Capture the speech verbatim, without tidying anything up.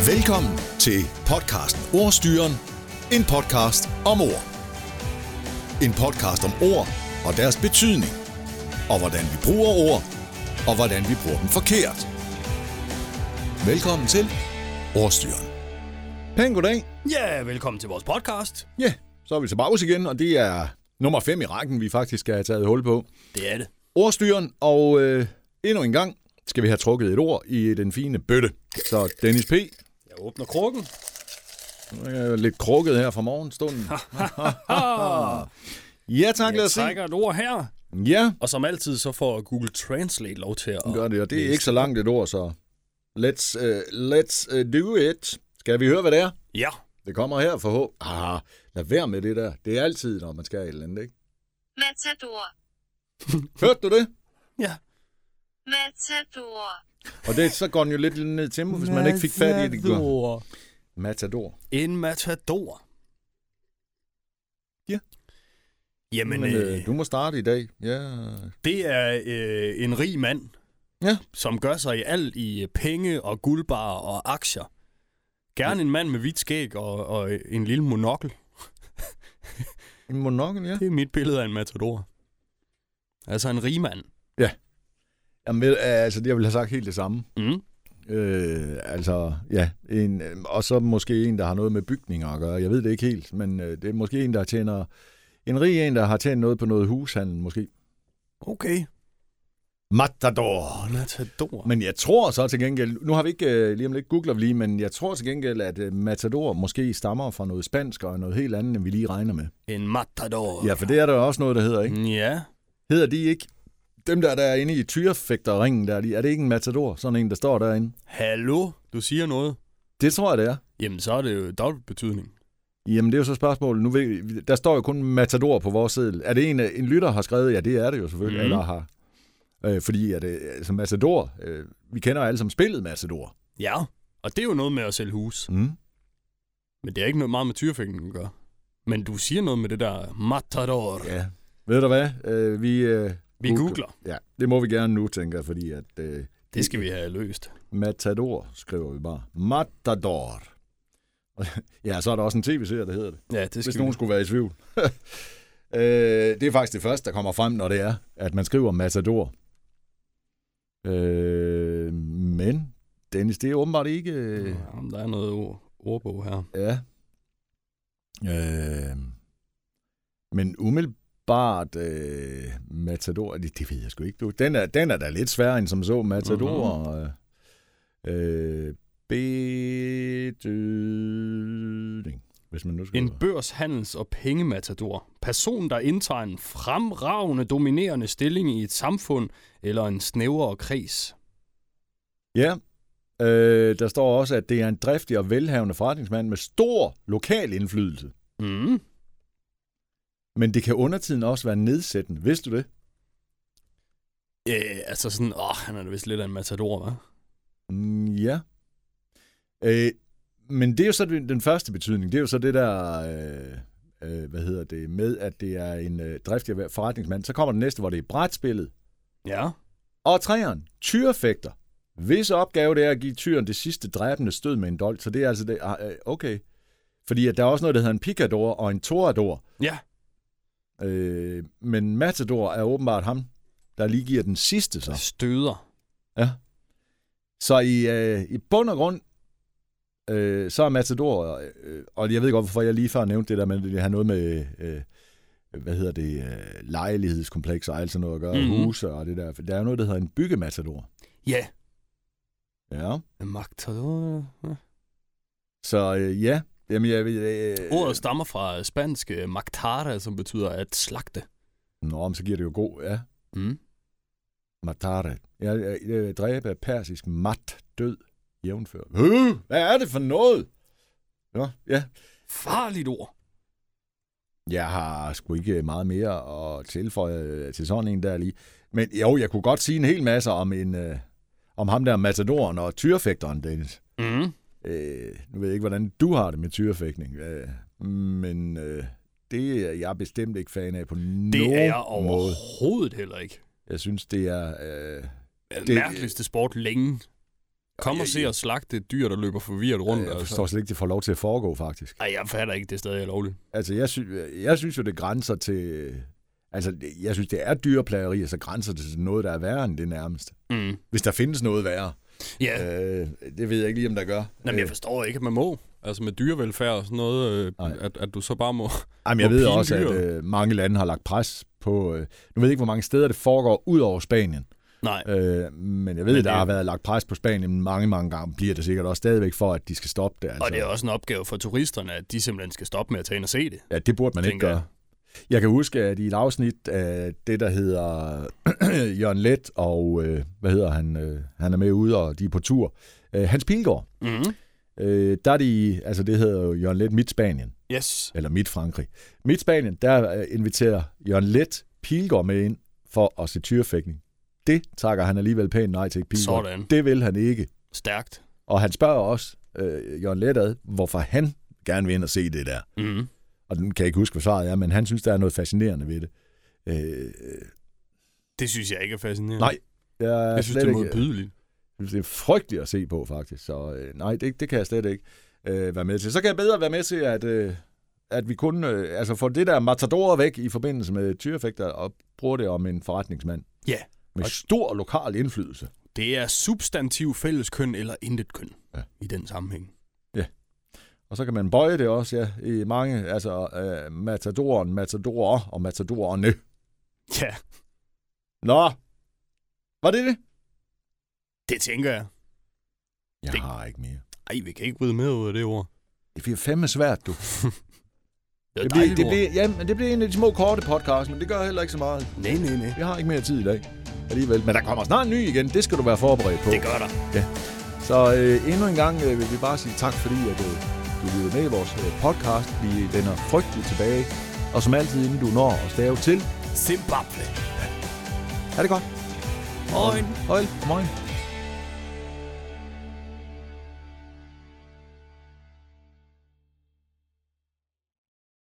Velkommen til podcasten Ordstyren. En podcast om ord. En podcast om ord og deres betydning. Og hvordan vi bruger ord, og hvordan vi bruger dem forkert. Velkommen til Ordstyren. Pæn goddag. Ja, velkommen til vores podcast. Ja, så er vi til pause igen, og det er nummer fem i rækken, vi faktisk skal have taget hul på. Det er det. Ordstyren, og øh, endnu en gang skal vi have trukket et ord i den fine bøtte. Så Dennis P. Jeg åbner krukken. Nu er jeg lidt krukket her fra morgenstunden. Ja, tak, lad os se. Jeg trækker et ord her, Ja, og som altid så får Google Translate lov til at... gør det, og det er ikke så langt et ord, så let's, uh, let's uh, do it. Skal vi høre, hvad det er? Ja. Det kommer her for H. Ah, lad være med det der. Det er altid, når man skal et eller andet, ikke? Matador. Hørte du det? Ja. Matador. Og det, så går den jo lidt ned til mig, hvis man ikke fik fat i det. Matador. Matador. En matador. Ja. Jamen, Men øh, øh, du må starte i dag. Ja. det er øh, en rig mand, Ja. som gør sig i alt i penge og guldbarer og aktier. Gerne en mand med hvidt skæg og, og en lille monokkel. En monokkel, ja. Det er mit billede af en matador. Altså en rig mand. Jamen, ved- altså, jeg ville have sagt helt det samme. Mm. Øh, altså, ja. En, øh, og så måske en, der har noget med bygninger at gøre. Jeg ved det ikke helt, men øh, det er måske en, der tjener... En rig en, der har tjent noget på noget hushandel, måske. Okay. Matador. Matador. Men jeg tror så til gengæld... Nu har vi ikke... Øh, lige om lidt googler vi lige, men jeg tror til gengæld, at øh, Matador måske stammer fra noget spansk og noget helt andet, end vi lige regner med. En matador. Ja, for det er der jo også noget, der hedder, ikke? Ja. Hedder de ikke... Dem der, der er inde i tyrefægterringen, der, er det ikke en matador? Sådan en, der står derinde? Hallo? Du siger noget? Det tror jeg, det er. Jamen, så er det jo dobbelt betydning. Jamen, det er jo så spørgsmålet. Nu ved, der står jo kun matador på vores seddel. Er det en, en lytter har skrevet? Ja, det er det jo selvfølgelig. Mhm. Mm. Eller har. Øh, fordi at, øh, altså matador, øh, vi kender alle som spillet matador. Ja, og det er jo noget med at sælge hus. Mm. Men det er ikke noget meget med tyrefægten at gøre. Men du siger noget med det der matador. Ja. Ved du hvad? Øh, vi øh, Vi googler. Ja, det må vi gerne nu, tænker jeg, fordi at... Øh, Det skal vi have løst. Matador, skriver vi bare. Matador. Ja, så er der også en tv-serie, der hedder det. Ja, det Hvis skal nogen vi. skulle være i tvivl. øh, det er faktisk det første, der kommer frem, når det er, at man skriver Matador. Øh, men, Dennis, det er åbenbart ikke... Øh, Ja, der er noget ord, ordbog her. ja. Øh, men umiddelbart øh, Matador, det, det ved jeg sgu ikke. Du. Den, er, den er da lidt sværere end som så Matador. Mm-hmm. Øh, betydning. Hvis man nu skal... En børshandels- og pengematador. Person, der indtager en fremragende, dominerende stilling i et samfund eller en snævrere kreds. Ja, øh, der står også, at det er en driftig og velhavende forretningsmand med stor lokal indflydelse. Mm. Men det kan undertiden også være nedsættende. Vidste du det? Øh, altså sådan, åh, han er da vist lidt af en matador, hva'? Mm, ja. Øh, men det er jo så den den første betydning. Det er jo så det der, øh, øh, hvad hedder det, med at det er en øh, driftig forretningsmand. Så kommer det næste, hvor det er brætspillet. Ja. Og træeren, tyrefægter. Hvis opgave det er at give tyren det sidste dræbende stød med en dolt, så det er altså det, ah, øh, okay. Fordi at der er også noget, der hedder en picador og en torador. Ja. Øh, men matador er åbenbart ham, der lige giver den sidste så. Støder. Ja. Så i, øh, i bund og grund, øh, så er matador, øh, og jeg ved godt, hvorfor jeg lige før nævnte det der, men det har noget med, øh, hvad hedder det, øh, lejlighedskomplekser og alt sådan noget at gøre, Mhm. huse og det der. For der er jo noget, der hedder en byggematador. Ja. Ja. En matador. Ja. Så øh, ja, jamen jeg ved... Øh, Ordet stammer fra spansk øh, mactara, som betyder at slagte. Nå, men så giver det jo god, ja. Mm. Matare. Jeg, jeg, jeg dræber persisk mat, død, jævnfør. Øh, hvad er det for noget? Nå, ja. Farligt ord. Jeg har sgu ikke meget mere at tilføje til sådan en der lige. Men jo, jeg kunne godt sige en hel masse om, en, øh, om ham der matadoren og tyrefægteren, Dennis. Mm. Øh, nu ved jeg ikke, hvordan du har det med tyrefægtning, øh, men øh, det er jeg bestemt ikke fan af på Det nogen er jeg måde. overhovedet heller ikke. Jeg synes, det er... Øh, Det Det- mærkeligste sport længe. Kom og se og slagte et dyr, der løber forvirret rundt. Jeg altså. forstår slet ikke, det får lov til at foregå, faktisk. Ej, jeg fatter ikke, det stadig er lovligt. Altså, jeg, sy- jeg synes jo, det grænser til... Altså, jeg synes, det er dyreplageri, og så grænser det til noget, der er værre end det nærmeste. Mm. Hvis der findes noget værre. Ja. Øh, det ved jeg ikke lige, om der gør. Jamen, jeg forstår ikke, at man må. Altså med dyrevelfærd og sådan noget, øh, at, at du så bare må... Jamen, jeg må ved pine også, dyr. at øh, mange lande har lagt pres på... Øh, nu ved jeg ikke, hvor mange steder det foregår ud over Spanien. Nej. Øh, men jeg ved, Men at der det- har været lagt pres på Spanien mange, mange gange. Bliver det sikkert også stadigvæk for, at de skal stoppe det. Altså. Og det er også en opgave for turisterne, at de simpelthen skal stoppe med at tage ind og se det. Ja, det burde man ikke tænker gøre. Jeg kan huske, at i et afsnit af det, der hedder Jørgen Leth, og øh, hvad hedder han? Øh, han er med ude, og de er på tur. Øh, Hans Pilgaard. Mm-hmm. Øh, der er de, altså det hedder jo Jørgen Leth Midt Spanien, Yes. eller Midt Frankrig. Midt Spanien, der øh, inviterer Jørgen Leth Pilgaard med ind for at se tyrefægtning. Det takker han alligevel pænt nej til Pilgaard. Sådan. Det vil han ikke. Stærkt. Og han spørger også øh, Jørgen Leth ad, hvorfor han gerne vil ind og se det der. Mm-hmm. Og den kan jeg ikke huske, hvad svaret er, men han synes, der er noget fascinerende ved det. Øh, Det synes jeg ikke er fascinerende. nej, jeg, er jeg synes, slet det er ikke- modbydeligt. Jeg synes, det er frygteligt at se på, faktisk. Så øh, nej, det, det kan jeg slet ikke øh, være med til. Så kan jeg bedre være med til, at, øh, at vi kun øh, altså får det der matadorer væk i forbindelse med tyrefægter og bruger det om en forretningsmand. Ja. Med stor lokal indflydelse. Det er substantiv fælleskøn eller intet køn Ja. i den sammenhæng. Og så kan man bøje det også, ja, i mange, altså øh, matadoren, matadorer og matadorerne. Ja, Nå, var det det? det tænker jeg. Jeg Det- har ikke mere. Ej, vi kan ikke bryde med ud af det ord. Det bliver fandme svært, du. Det er Det et bliver, dejligt det ord. bliver, ja, men det bliver en af de små korte podcasts, men det gør heller ikke så meget. Nej, nej, nej. Vi har ikke mere tid i dag alligevel. Men der kommer snart en ny igen. Det skal du være forberedt på. Det gør der. Så øh, endnu en gang øh, vil vi bare sige tak, fordi at, øh, du lyttede med i vores øh, podcast. Vi vender frygteligt tilbage. Og som altid, inden du når at stave til. Zimbabwe. Ha' det godt. Moin. Hej. Moin.